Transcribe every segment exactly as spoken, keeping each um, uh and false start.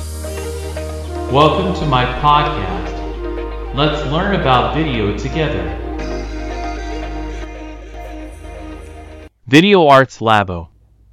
Welcome to my podcast. Let's learn about video together. Video Arts Labo.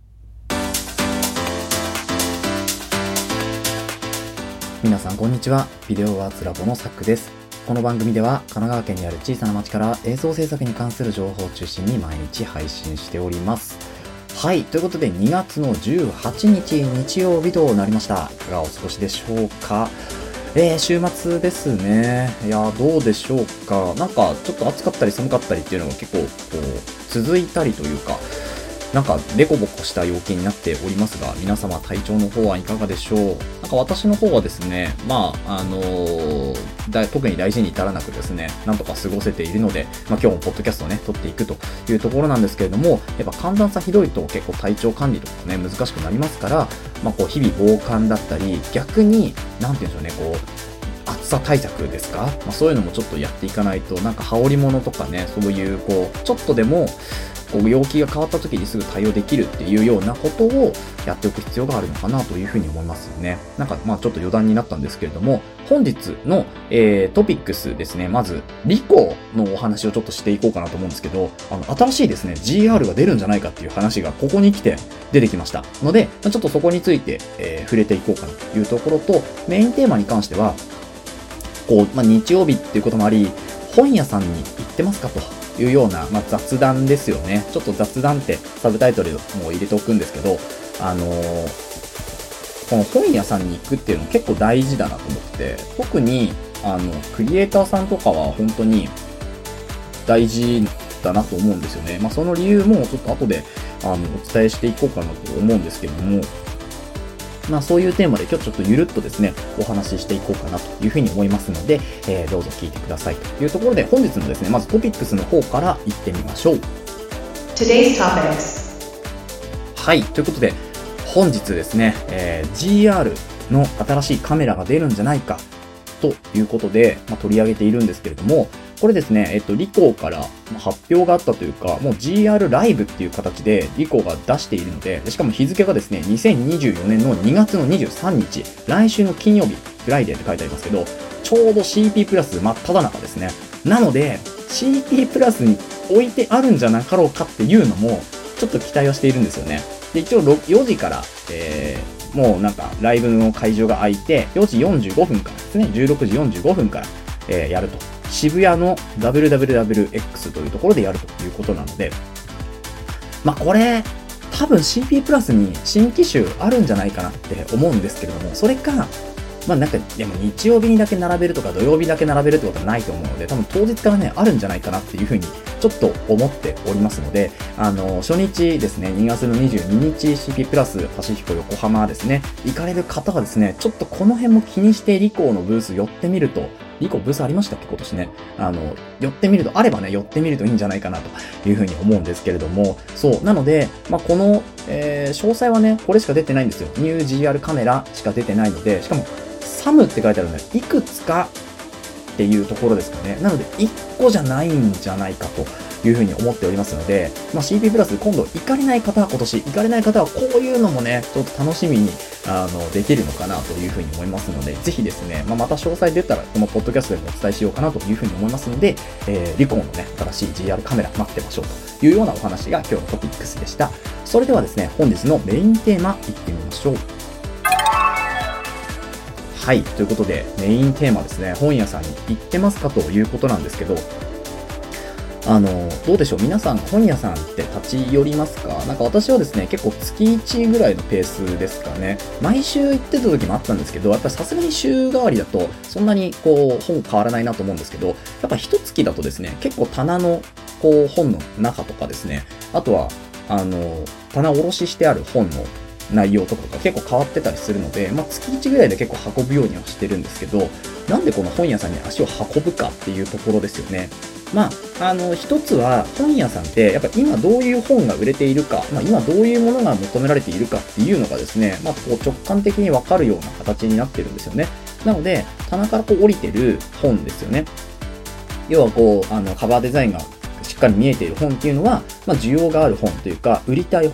皆さんこんにちは。ビデオアーツラボのサックです。この番組では神奈川県にある小さな町から映像制作に関する情報を中心に毎日配信しております。はい、ということでにがつのじゅうはちにち日曜日となりました。いかがお過ごしでしょうか。えー、週末ですね。いやどうでしょうか。なんかちょっと暑かったり寒かったりっていうのが結構こう続いたりというか、なんかデコボコした陽気になっておりますが、皆様体調の方はいかがでしょう。なんか私の方はですね、まああのー、だ特に大事に至らなくですね、なんとか過ごせているので、まあ今日もポッドキャストをね撮っていくというところなんですけれども、やっぱ寒暖差ひどいと結構体調管理とかね難しくなりますから、まあこう日々防寒だったり、逆になんていうんでしょうね、こう暑さ対策ですか、まあ、そういうのもちょっとやっていかないと、なんか羽織物とかね、そういうこうちょっとでもこう陽気が変わった時にすぐ対応できるっていうようなことをやっておく必要があるのかなというふうに思いますよね。なんかまあちょっと余談になったんですけれども、本日の、えー、トピックスですね。まずリコのお話をちょっとしていこうかなと思うんですけど、あの新しいですね ジーアール が出るんじゃないかっていう話がここに来て出てきましたので、ちょっとそこについて、えー、触れていこうかなというところと、メインテーマに関してはこう、まあ、日曜日っていうこともあり、本屋さんに行ってますかというような、まあ、雑談ですよね。ちょっと雑談ってサブタイトルも入れておくんですけど、あのー、この本屋さんに行くっていうの結構大事だなと思ってて、特にあのクリエイターさんとかは本当に大事だなと思うんですよね。まあ、その理由もちょっと後であのお伝えしていこうかなと思うんですけれども、まあそういうテーマで今日ちょっとゆるっとですねお話ししていこうかなというふうに思いますので、えー、どうぞ聞いてくださいというところで、本日のですねまずトピックスの方からいってみましょう。 Today's topics。 はい、ということで本日ですね、えー、ジーアール の新しいカメラが出るんじゃないかということで、まあ、取り上げているんですけれども、これですね、えっと、リコーから発表があったというか、もう ジーアール ライブっていう形でリコーが出しているので、しかも日付がですね、にせんにじゅうよねんのにがつのにじゅうさんにち、来週の金曜日、フライデーって書いてありますけど、ちょうど シーピー プラス真っ只中ですね。なので、シーピー プラスに置いてあるんじゃなかろうかっていうのも、ちょっと期待はしているんですよね。で、一応よじから、えー、もうなんかライブの会場が空いて、よじよんじゅうごふんからですね、じゅうろくじよんじゅうごふんから、えー、やると。渋谷の ダブリューダブリューダブリューエックス というところでやるということなので、まあこれ多分 シーピー プラスに新機種あるんじゃないかなって思うんですけれども、それかまあなんかでも日曜日にだけ並べるとか土曜日だけ並べるってことはないと思うので、多分当日からねあるんじゃないかなっていうふうにちょっと思っておりますので、あの初日ですね、にがつのにじゅうににち シーピー プラスパシフィコ横浜ですね行かれる方はですね、ちょっとこの辺も気にしてリコーのブース寄ってみると、リコブースありましたっけ今年ね、あの寄ってみるとあればね寄ってみるといいんじゃないかなというふうに思うんですけれども、そうなので、まあ、この、えー、詳細はねこれしか出てないんですよ。ニュー ジーアール カメラしか出てないので、しかもサムって書いてあるのでいくつかっていうところですかね。なのでいっこじゃないんじゃないかというふうに思っておりますので、まあ、シーピー プラス今度行かれない方は、今年行かれない方はこういうのもねちょっと楽しみにあのできるのかなというふうに思いますので、ぜひですね、まあ、また詳細出たらこのポッドキャストでもお伝えしようかなというふうに思いますので、えー、リコーのね新しい ジーアール カメラ待ってましょうというようなお話が今日のトピックスでした。それではですね、本日のメインテーマいってみましょう。はい、ということでメインテーマですね、本屋さんに行ってますかということなんですけど、あのどうでしょう、皆さん本屋さんって立ち寄りますか？なんか私はですね結構月いちぐらいのペースですかね。毎週行ってた時もあったんですけど、やっぱりさすがに週替わりだとそんなにこう本変わらないなと思うんですけど、やっぱ一月だとですね結構棚のこう本の中とかですね、あとはあの棚卸ししてある本の内容とかが結構変わってたりするので、まあ、月いちぐらいで結構運ぶようにはしてるんですけど、なんでこの本屋さんに足を運ぶかっていうところですよね。まあ、あの一つは本屋さんってやっぱ今どういう本が売れているか、まあ、今どういうものが求められているかっていうのがですね、まあ、こう直感的に分かるような形になってるんですよね。なので棚からこう降りてる本ですよね。要はこうあのカバーデザインがしっかり見えている本っていうのは、まあ、需要がある本というか売りたい本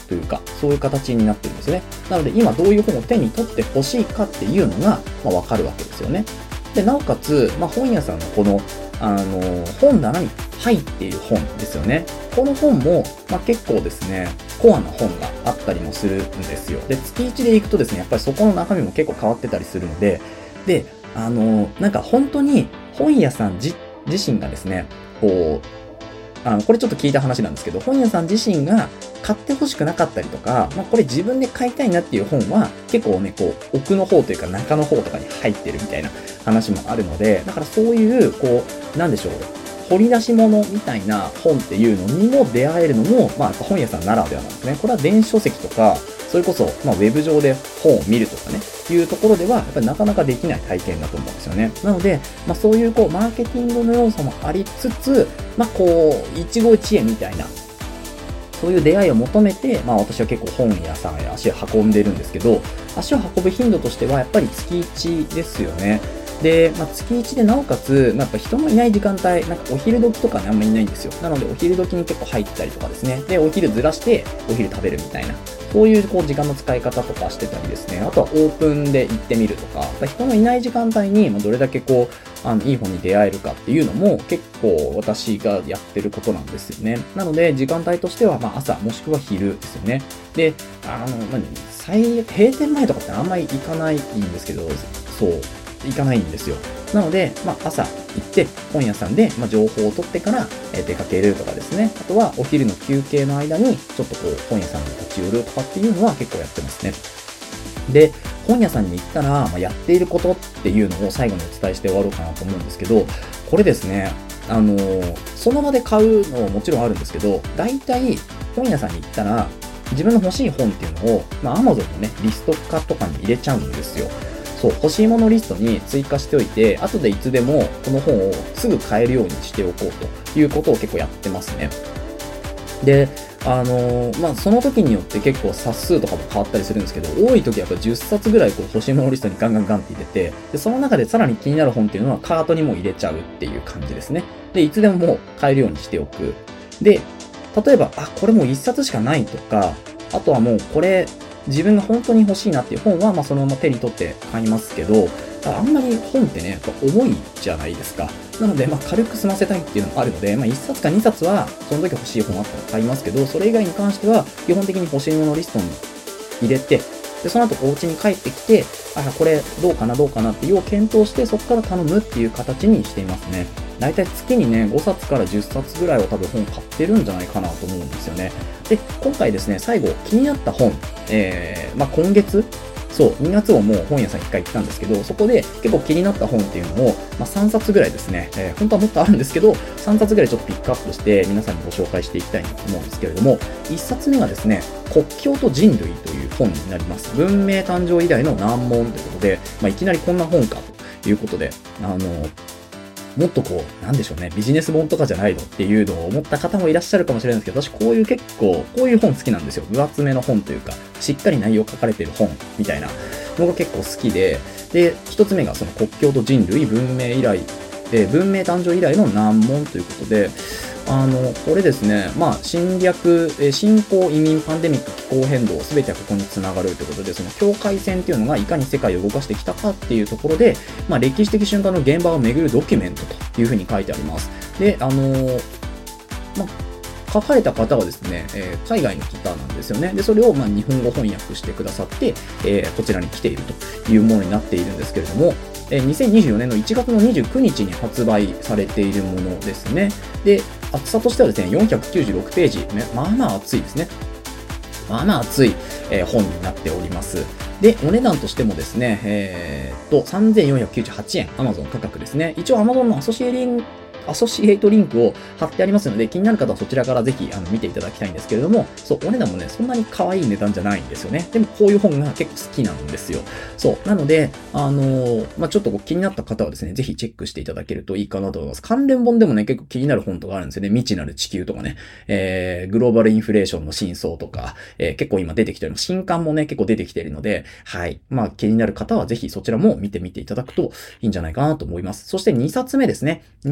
というか、そういう形になってるんですよね。なので今どういう本を手に取ってほしいかっていうのが、まあ、わかるわけですよね。で、なおかつ、まあ、本屋さんのこの、あの、本棚に入っている本ですよね。この本も、まあ、結構ですね、コアな本があったりもするんですよ。で、月いちで行くとですね、やっぱりそこの中身も結構変わってたりするので、で、あの、なんか本当に本屋さん自自身がですね、こう、あの、これちょっと聞いた話なんですけど、本屋さん自身が買ってほしくなかったりとか、まあ、これ自分で買いたいなっていう本は、結構ね、こう、奥の方というか中の方とかに入ってるみたいな話もあるので、だからそういう、こう、なんでしょう、掘り出し物みたいな本っていうのにも出会えるのも、まあ、本屋さんならではなんですね。これは電子書籍とか、それこそ、まあ、ウェブ上で本を見るとかね、いうところでは、やっぱりなかなかできない体験だと思うんですよね。なので、まあ、そういう、こう、マーケティングの要素もありつつ、まあ、こう、一期一会みたいな、そういう出会いを求めて、まあ私は結構本屋さんへ足を運んでるんですけど、足を運ぶ頻度としてはやっぱり月いちですよね。で、まあ、月いちでなおかつ、まあ、やっぱ人のいない時間帯、なんかお昼時とかね、あんまりいないんですよ。なので、お昼時に結構入ったりとかですね。で、お昼ずらして、お昼食べるみたいな。そういう、こう、時間の使い方とかしてたりですね。あとはオープンで行ってみるとか、人のいない時間帯に、どれだけこう、あの、いい本に出会えるかっていうのも、結構私がやってることなんですよね。なので、時間帯としては、まあ、朝、もしくは昼ですよね。で、あの、何、最、閉店前とかってあんまり行かないんですけど、そう。行かないんですよ。なので、まあ、朝行って本屋さんで、まあ、情報を取ってから、えー、出かけるとかですね。あとはお昼の休憩の間にちょっとこう本屋さんに立ち寄るとかっていうのは結構やってますね。で、本屋さんに行ったら、まあ、やっていることっていうのを最後にお伝えして終わろうかなと思うんですけど、これですね、あのー、その場で買うのももちろんあるんですけど、大体本屋さんに行ったら自分の欲しい本っていうのを、まあ、Amazon のね、リスト化とかに入れちゃうんですよ。そう、欲しいものリストに追加しておいて、後でいつでもこの本をすぐ買えるようにしておこうということを結構やってますね。で、あのー、まあ、その時によって結構冊数とかも変わったりするんですけど、多い時はやっぱじゅっさつぐらいこう欲しいものリストにガンガンガンって入れて、で、その中でさらに気になる本っていうのはカートにも入れちゃうっていう感じですね。で、いつでももう買えるようにしておく。で、例えば、あ、これもういっさつしかないとか、あとはもうこれ、自分が本当に欲しいなっていう本は、まあ、そのまま手に取って買いますけど、あんまり本ってね、やっぱ重いじゃないですか。なので、まあ、軽く済ませたいっていうのもあるので、まあ、いっさつかにさつは、その時欲しい本あったら買いますけど、それ以外に関しては、基本的に欲しいものリストに入れて、で、その後お家に帰ってきて、あ、これどうかなどうかなっていうを検討して、そこから頼むっていう形にしていますね。だいたい月にね、ごさつからじゅっさつぐらいは多分本買ってるんじゃないかなと思うんですよね。で、今回ですね、最後気になった本、えー、まあ、今月そう、にがつももう本屋さんいっかい行ったんですけど、そこで結構気になった本っていうのを、まあ、さんさつぐらいですね、えー、本当はもっとあるんですけど、さんさつぐらいちょっとピックアップして皆さんにご紹介していきたいなと思うんですけれども、いっさつめがですね、国境と人類という本になります。文明誕生以来の難問ということで、まあ、いきなりこんな本かということで、あの、もっとこう、なんでしょうね、ビジネス本とかじゃないのっていうのを思った方もいらっしゃるかもしれないんですけど、私こういう結構、こういう本好きなんですよ。分厚めの本というか、しっかり内容書かれてる本みたいなのが結構好きで、で、一つ目がその国境と人類、文明以来、えー、文明誕生以来の難問ということで、あの、これですね、まあ、侵略、えー、侵攻、移民、パンデミック、気候変動、すべてはここにつながるということで、その境界線っていうのがいかに世界を動かしてきたかっていうところで、まあ、歴史的瞬間の現場を巡るドキュメントというふうに書いてあります。で、あのー、まあ、書かれた方はですね、えー、海外の方なんですよね。で、それをまあ日本語翻訳してくださって、えー、こちらに来ているというものになっているんですけれども、えー、にせんにじゅうよねんのいちがつのにじゅうくにちに発売されているものですね。で、厚さとしてはですね、よんひゃくきゅうじゅうろくページ、ね、まあまあ厚いですね。まあまあ厚い、えー、本になっております。で、お値段としてもですね、えー、っと、さんぜんよんひゃくきゅうじゅうはちえん、Amazon 価格ですね。一応 Amazon のアソシエリンアソシエイトリンクを貼ってありますので、気になる方はそちらからぜひあの見ていただきたいんですけれども、そう、お値段もね、そんなに可愛い値段じゃないんですよね。でも、こういう本が結構好きなんですよ。そう。なので、あのー、まあ、ちょっとこう気になった方はですね、ぜひチェックしていただけるといいかなと思います。関連本でもね、結構気になる本とかあるんですよね。未知なる地球とかね、えー、グローバルインフレーションの真相とか、えー、結構今出てきてるの、新刊もね、結構出てきているので、はい。まあ、気になる方はぜひそちらも見てみていただくといいんじゃないかなと思います。そしてにさつめですね。にさつめは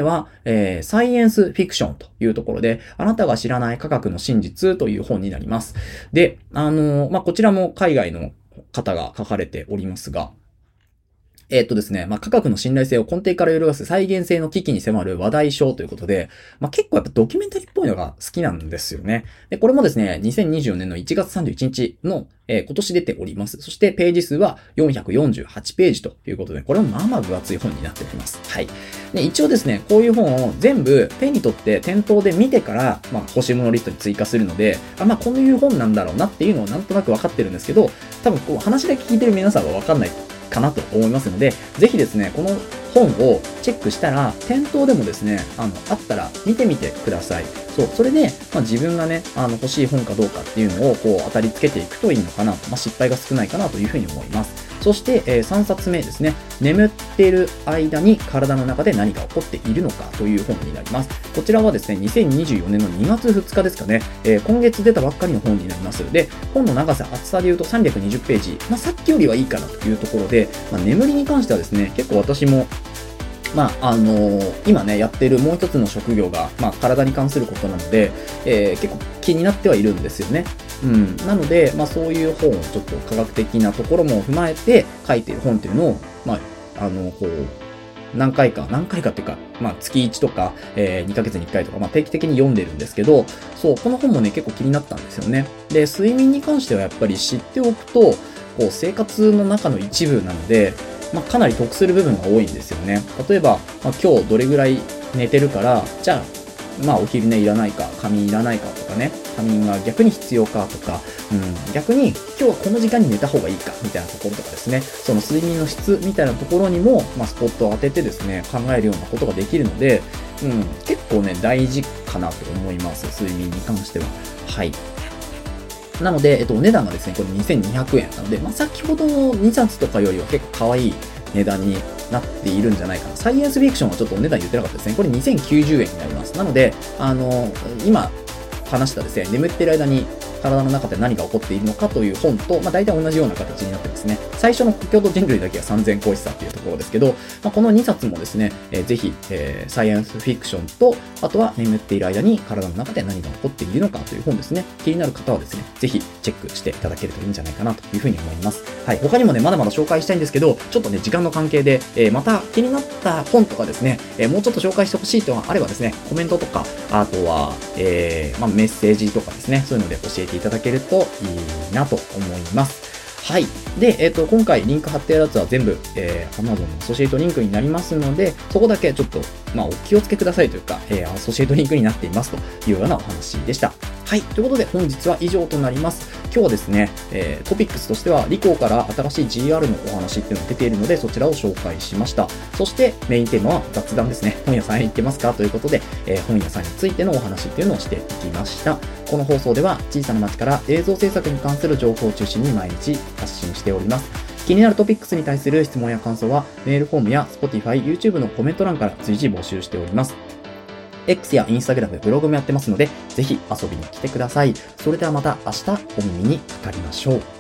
は、えー、サイエンスフィクションというところで、あなたが知らない科学の真実という本になります。で、あのー、まあ、こちらも海外の方が書かれておりますが、えーっとですね、まあ、科学の信頼性を根底から揺るがす再現性の危機に迫る話題書ということで、まあ、結構やっぱドキュメンタリーっぽいのが好きなんですよね。で、これもですね、にせんにじゅうよねんのいちがつさんじゅういちにちの、えー、今年出ております。そしてページ数はよんひゃくよんじゅうはちページということで、これもまあまあ分厚い本になっております。はい。で、一応ですね、こういう本を全部手に取って店頭で見てから、まあ、欲しいものリストに追加するので、あ、まあ、こういう本なんだろうなっていうのをなんとなく分かってるんですけど、多分こう話だけ聞いてる皆さんは分かんないかなと思いますので、ぜひですね、この本をチェックしたら、店頭でもですね、あの、あったら見てみてください。そう、それで、まあ、自分がね、あの、欲しい本かどうかっていうのを、こう、当たりつけていくといいのかな、まあ、失敗が少ないかなというふうに思います。そして、えー、さんさつめですね、眠っている間に体の中で何が起こっているのかという本になります。こちらはですね、にせんにじゅうよねんのにがつふつかですかね、えー、今月出たばっかりの本になります。で、本の長さ、厚さで言うとさんびゃくにじゅうページ、まあ、さっきよりはいいかなというところで、まあ、眠りに関してはですね、結構私もまあ、あのー、今ね、やっているもう一つの職業が、まあ、体に関することなので、えー、結構気になってはいるんですよね。うん。なので、まあ、そういう本をちょっと科学的なところも踏まえて書いている本っていうのを、まあ、あの、こう、何回か、何回かっていうか、まあ、月いちとか、えー、にかげつにいっかいとか、まあ、定期的に読んでるんですけど、そう、この本もね、結構気になったんですよね。で、睡眠に関してはやっぱり知っておくと、こう、生活の中の一部なので、まあ、かなり得する部分が多いんですよね。例えば、まあ、今日どれぐらい寝てるから、じゃあ、まあ、お昼寝いらないか、仮眠いらないかとかね、仮眠が逆に必要かとか、うん、逆に今日はこの時間に寝た方がいいか、みたいなところとかですね、その睡眠の質みたいなところにも、まあ、スポットを当ててですね、考えるようなことができるので、うん、結構ね、大事かなと思います。睡眠に関しては。はい。なので、えっと、お値段がですね、これにせんにひゃくえんなので、まあ、先ほどのにさつとかよりは結構可愛い値段になっているんじゃないかな。サイエンスフィクションはちょっとお値段言ってなかったですね。これにせんきゅうじゅうえんになります。なので、あの、今話したですね、眠っている間に体の中で何が起こっているのかという本と、まあ、大体同じような形になってますね。最初の故郷と人類だけは三千個一さっていうところですけど、まあ、このにさつもですね、えー、ぜひ、えー、サイエンスフィクションと、あとは眠っている間に体の中で何が起こっているのかという本ですね。気になる方はですね、ぜひチェックしていただけるといいんじゃないかなというふうに思います。はい。他にもね、まだまだ紹介したいんですけど、ちょっとね、時間の関係で、えー、また気になった本とかですね、えー、もうちょっと紹介してほしいというのがあればですね、コメントとか、あとは、えー、まあ、メッセージとかですね、そういうので教えていただけるといいなと思います。はい。で、えっと、今回リンク貼ってあるやつは全部、えー、Amazon のアソシエイトリンクになりますので、そこだけちょっと、まあ、お気をつけくださいというか、えー、アソシエイトリンクになっていますというようなお話でした。はい。ということで、本日は以上となります。今日はですね、えー、トピックスとしては、リコーから新しい ジーアール のお話っていうのが出ているので、そちらを紹介しました。そして、メインテーマは雑談ですね。本屋さんへ行ってますかということで、えー、本屋さんについてのお話っていうのをしていきました。この放送では、小さな町から映像制作に関する情報を中心に毎日発信しております。気になるトピックスに対する質問や感想は、メールフォームや Spotify、YouTube のコメント欄から随時募集しております。X や Instagram、ブログもやってますので、ぜひ遊びに来てください。それではまた明日お耳にかかりましょう。